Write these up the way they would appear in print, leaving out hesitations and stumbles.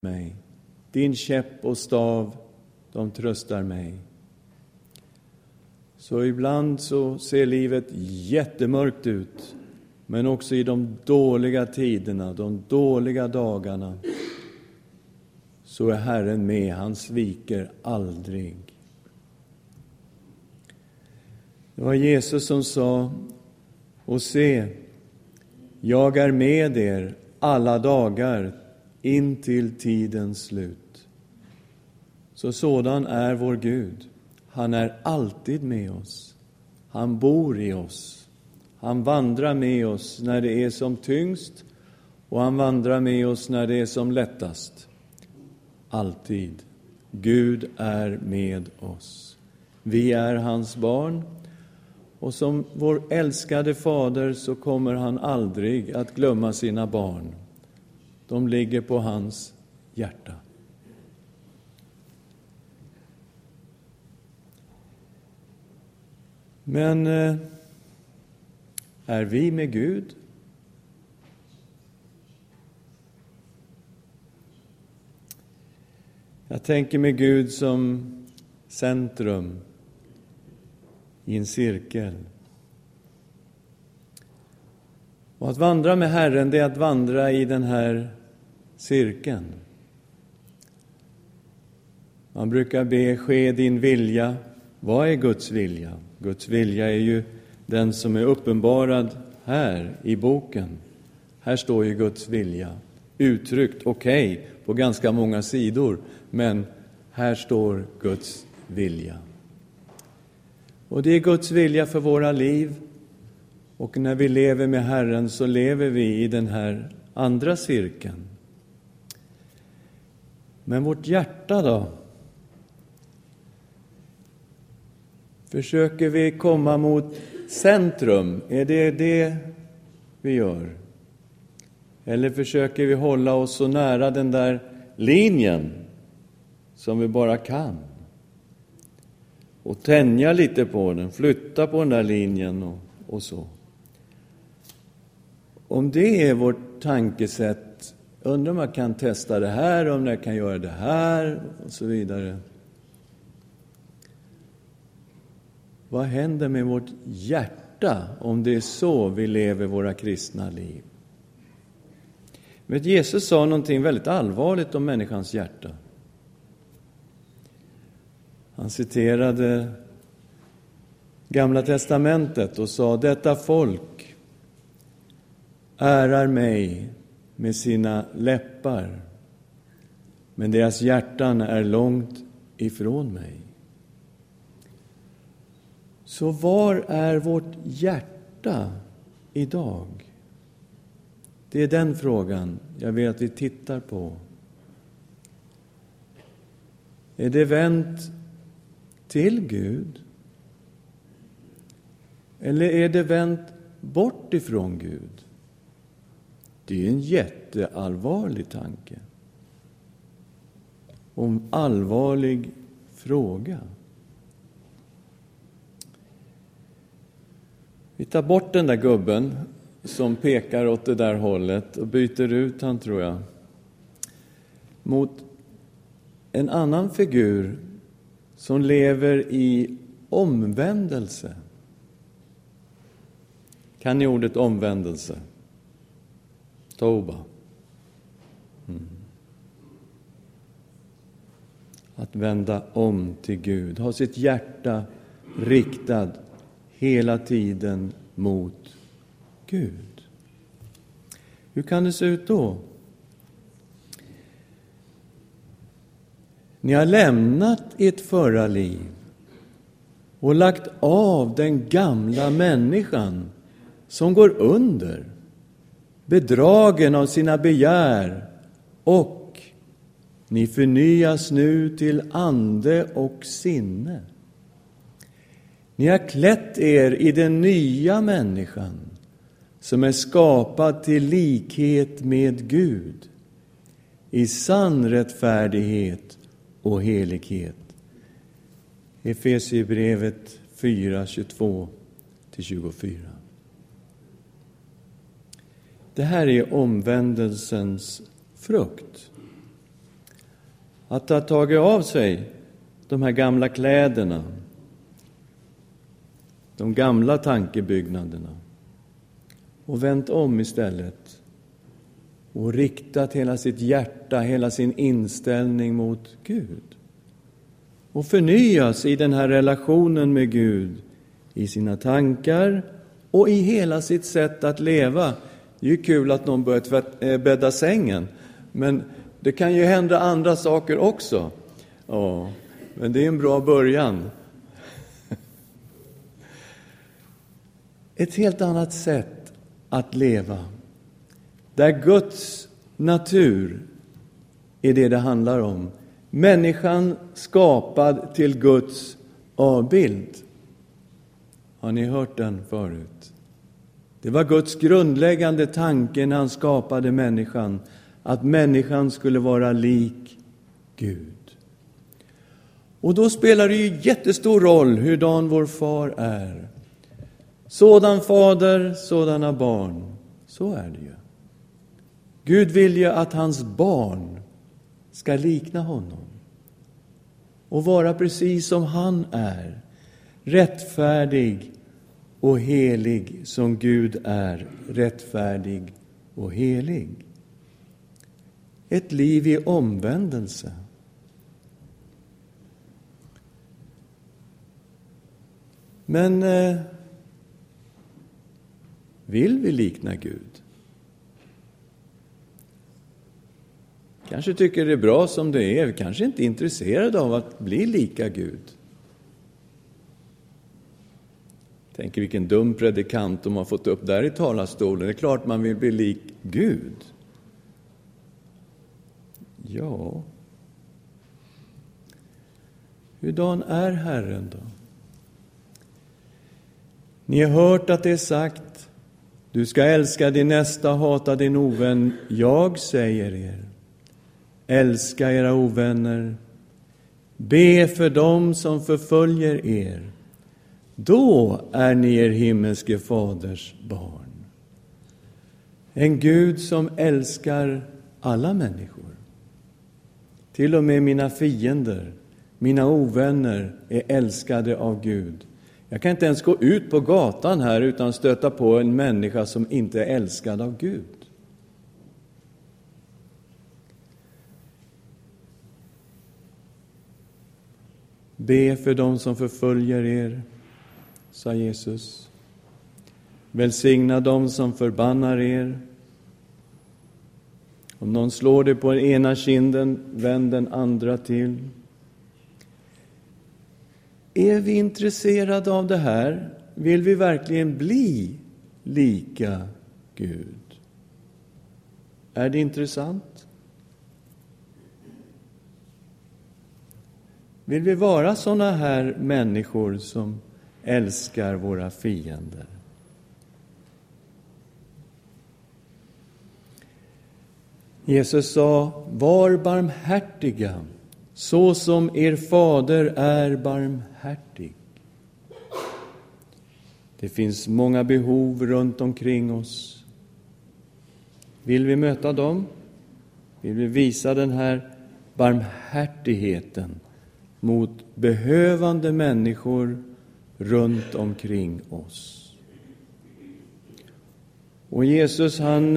mig. Din käpp och stav, de tröstar mig. Så ibland så ser livet jättemörkt ut. Men också i de dåliga tiderna, de dåliga dagarna, så är Herren med. Han sviker aldrig. Det var Jesus som sa: och se, jag är med er alla dagar in till tidens slut. Så sådan är vår Gud. Han är alltid med oss. Han bor i oss. Han vandrar med oss när det är som tyngst, och han vandrar med oss när det är som lättast. Alltid. Gud är med oss. Vi är hans barn, och som vår älskade fader så kommer han aldrig att glömma sina barn. De ligger på hans hjärta. Men är vi med Gud? Jag tänker med Gud som centrum i en cirkel. Och att vandra med Herren, det är att vandra i den här cirkeln. Man brukar be: ske din vilja. Vad är Guds vilja? Guds vilja är ju den som är uppenbarad här i boken. Här står ju Guds vilja uttryckt, okej, på ganska många sidor, men här står Guds vilja. Och det är Guds vilja för våra liv. Och när vi lever med Herren så lever vi i den här andra cirkeln. Men vårt hjärta då? Försöker vi komma mot centrum? Är det vi gör? Eller försöker vi hålla oss så nära den där linjen som vi bara kan? Och tänja lite på den, flytta på den där linjen och så. Om det är vårt tankesätt, undrar om jag kan testa det här, om jag kan göra det här och så vidare. Vad händer med vårt hjärta om det är så vi lever våra kristna liv? Men Jesus sa någonting väldigt allvarligt om människans hjärta. Han citerade Gamla testamentet och sa: detta folk ärar mig med sina läppar, men deras hjärtan är långt ifrån mig. Så var är vårt hjärta idag? Det är den frågan jag vill att vi tittar på. Är det vänt till Gud? Eller är det vänt bort ifrån Gud? Det är en jätteallvarlig tanke. Och en allvarlig fråga. Vi tar bort den där gubben som pekar åt det där hållet och byter ut han, tror jag, mot en annan figur som lever i omvändelse. Kan ni ordet omvändelse? Toba. Att vända om till Gud. Ha sitt hjärta riktad hela tiden mot Gud. Hur kan det se ut då? Ni har lämnat ert förra liv och lagt av den gamla människan som går under, bedragen av sina begär, och ni förnyas nu till ande och sinne. Ni har klätt er i den nya människan som är skapad till likhet med Gud i sann rättfärdighet och helighet. Efesierbrevet 4:22-24. Det här är omvändelsens frukt. att ha tagit av sig de här gamla kläderna, de gamla tankebyggnaderna, och vänt om istället och riktat hela sitt hjärta, hela sin inställning mot Gud. Och förnyas i den här relationen med Gud, i sina tankar och i hela sitt sätt att leva. Det är ju kul att någon börjar bädda sängen, men det kan ju hända andra saker också. Ja, men det är en bra början. Ett helt annat sätt att leva, där Guds natur är det handlar om. Människan skapad till Guds avbild. Har ni hört den förut? Det var Guds grundläggande tanke när han skapade människan, att människan skulle vara lik Gud. Och då spelar det ju jättestor roll hurdan vår far är. Sådan fader, sådana barn. Så är det ju. Gud vill ju att hans barn ska likna honom och vara precis som han är, rättfärdig och helig som Gud är rättfärdig och helig. Ett liv i omvändelse. Men vill vi likna Gud? Kanske tycker det är bra som det är. Vi kanske inte är intresserade av att bli lika Gud. Tänker vilken dum predikant de har fått upp där i talarstolen. Det är klart man vill bli lik Gud. Ja. Hurdan är Herren då? Ni har hört att det är sagt: du ska älska din nästa, hata din ovän. Jag säger er, älska era ovänner. Be för dem som förföljer er. Då är ni er himmelske faders barn. En Gud som älskar alla människor. Till och med mina fiender, mina ovänner är älskade av Gud. Jag kan inte ens gå ut på gatan här utan stöta på en människa som inte är älskad av Gud. Be för dem som förföljer er, sa Jesus. Välsigna dem som förbannar er. Om någon slår dig på den ena kinden, vänd den andra till. Är vi intresserade av det här? Vill vi verkligen bli lika Gud? Är det intressant? Vill vi vara såna här människor som älskar våra fiender? Jesus sa: var barmhärtiga, så som er fader är barmhärtig. Det finns många behov runt omkring oss. Vill vi möta dem? Vill vi visa den här barmhärtigheten mot behövande människor runt omkring oss? Och Jesus, han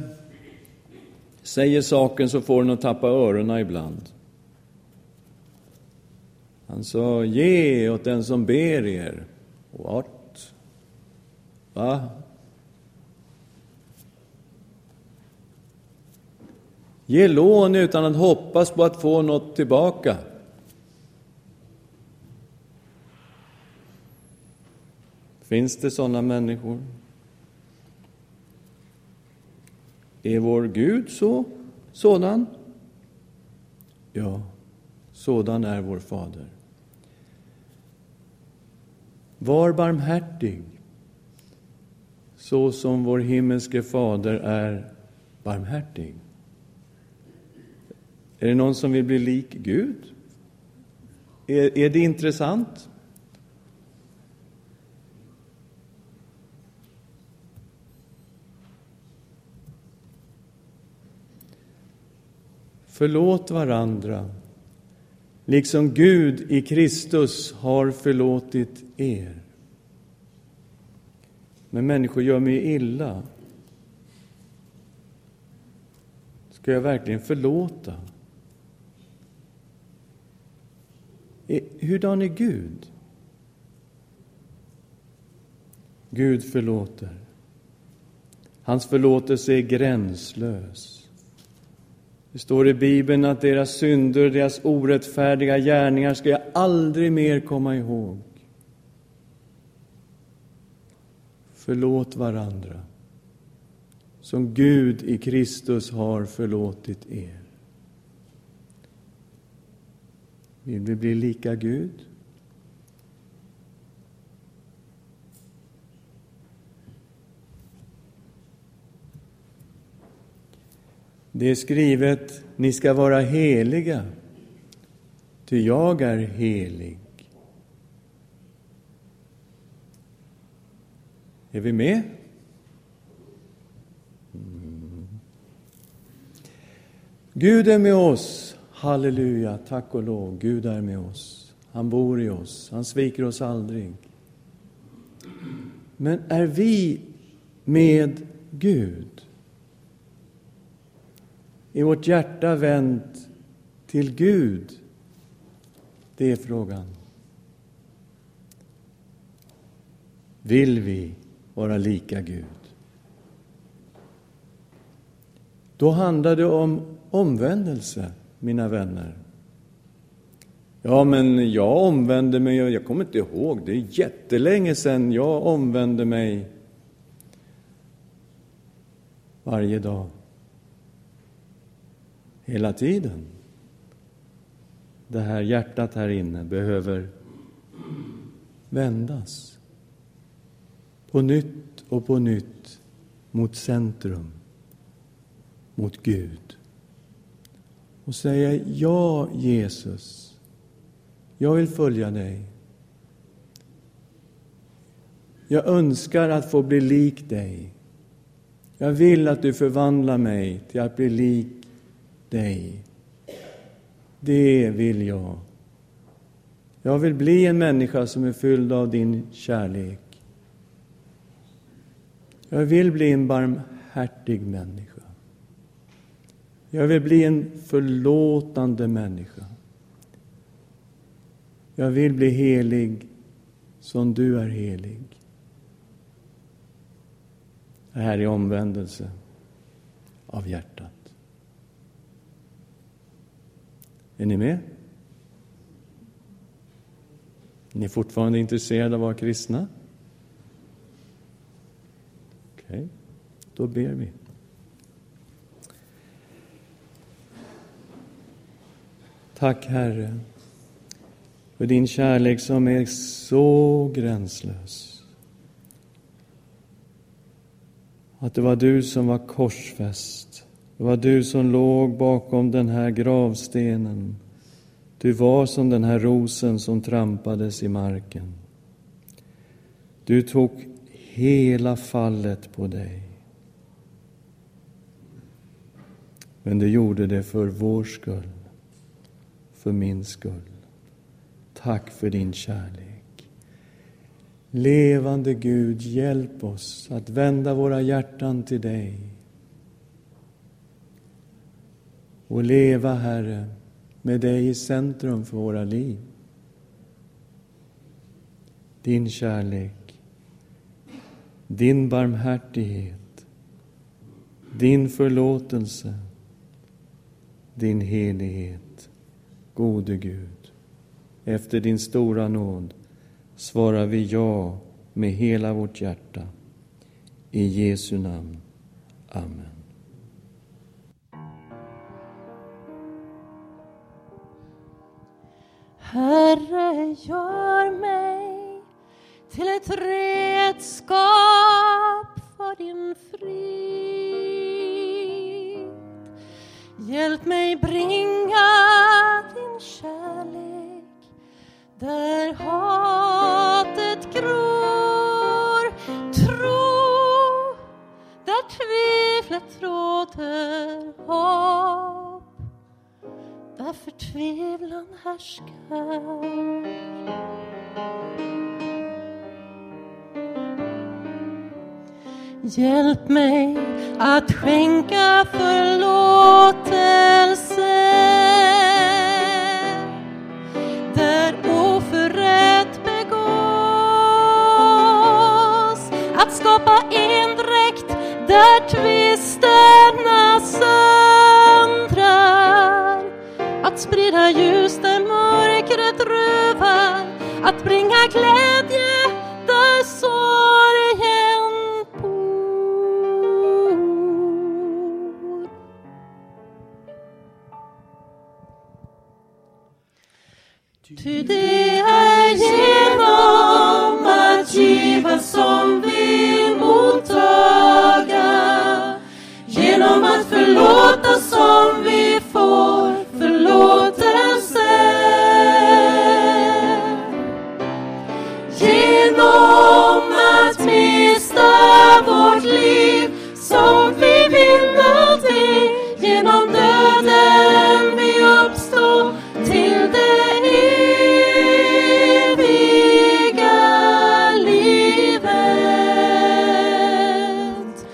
säger saken så får den att tappa öronen ibland. Han sa: ge åt den som ber er. What? Va? Ge lån utan att hoppas på att få något tillbaka. Finns det sådana människor? Är vår Gud sådan? Ja, sådan är vår fader. Var barmhärtig, så som vår himmelske fader är barmhärtig. Är det någon som vill bli lik Gud? Är det intressant? Förlåt varandra liksom Gud i Kristus har förlåtit er. Men människor gör mig illa. Ska jag verkligen förlåta? Hurdan är Gud? Gud förlåter. Hans förlåtelse är gränslös. Det står i Bibeln att deras synder, deras orättfärdiga gärningar ska jag aldrig mer komma ihåg. Förlåt varandra, som Gud i Kristus har förlåtit er. Vill vi bli lika Gud? Det är skrivet, ni ska vara heliga, ty jag är helig. Är vi med? Gud är med oss. Halleluja, tack och lov. Gud är med oss. Han bor i oss. Han sviker oss aldrig. Men är vi med Gud? Är vårt hjärta vänt till Gud? Det är frågan. Vill vi vara lika Gud? Då handlar det om omvändelse, mina vänner. Ja, men jag omvände mig och jag kommer inte ihåg. Det är jättelänge sedan jag omvände mig. Varje dag. Hela tiden. Det här hjärtat här inne behöver vändas. På nytt och på nytt mot centrum. Mot Gud. Och säga, ja Jesus, jag vill följa dig. Jag önskar att få bli lik dig. Jag vill att du förvandlar mig till att bli lik dig. Det vill jag. Jag vill bli en människa som är fylld av din kärlek. Jag vill bli en barmhärtig människa. Jag vill bli en förlåtande människa. Jag vill bli helig som du är helig. Det här är omvändelse av hjärtat. Är ni med? Ni är fortfarande intresserade av att vara kristna? Okej, då ber vi. Tack Herre för din kärlek som är så gränslös. Att det var du som var korsfäst. Det var du som låg bakom den här gravstenen. Du var som den här rosen som trampades i marken. Du tog hela fallet på dig. Men du gjorde det för vår skull. För min skull. Tack för din kärlek. Levande Gud, hjälp oss att vända våra hjärtan till dig. Och leva, Herre, med dig i centrum för våra liv. Din kärlek, din barmhärtighet, din förlåtelse, din helighet. Gode Gud, efter din stora nåd svarar vi ja med hela vårt hjärta. I Jesu namn. Amen. Herre, gör mig till ett redskap för din frid. Hjälp mig bringa din kärlek där hatet gror. Tro där tvivlet råder, hopp där förtvivlan härskar. Hjälp mig att skänka förlåtelse där oförrätt begås, att skapa endräkt där tvisterna söndrar, att sprida ljus där mörkret rövar, att bringa glädje där sorgen bor. Ty det är genom att giva som vi mottaga, genom att förlåta som vi får förlåtelse, genom att mista vårt liv som vi vinner det, genom döden vi uppstår till det eviga livet.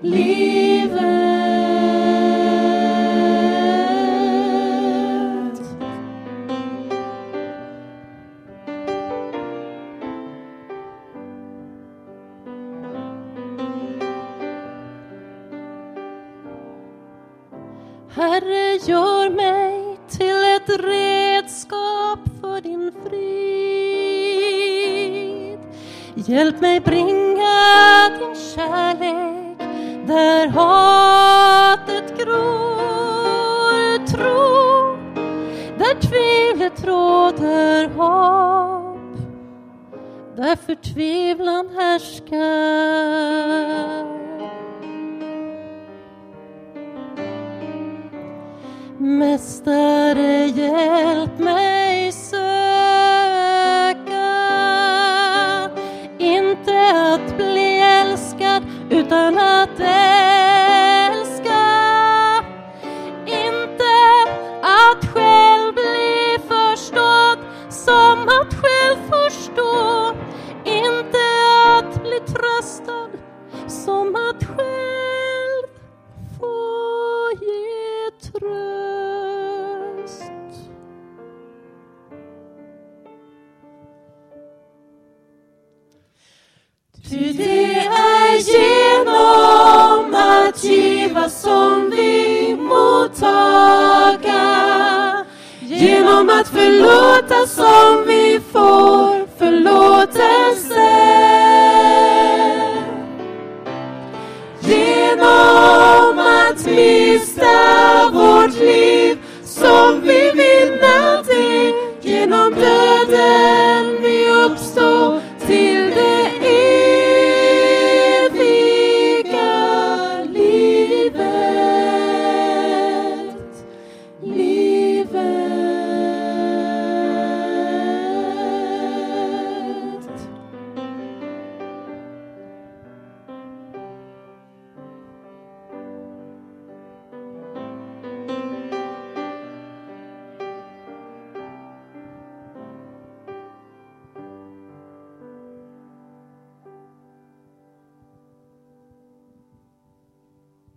Herre, gör mig till ett redskap för din frid. Hjälp mig bringa din kärlek där hatet gror, tro där tvivlet råder hopp, där förtvivlan härskar. Mästare, hjälp mig söka, inte att bli älskad utan att älska, inte att själv bli förstådd som att själv förstå, inte att bli tröstad som att själv få ge tröst. Ty det är genom att giva som vi mottaga, genom att förlåta som vi får förlåtelse, genom att mista vårt liv som vi vill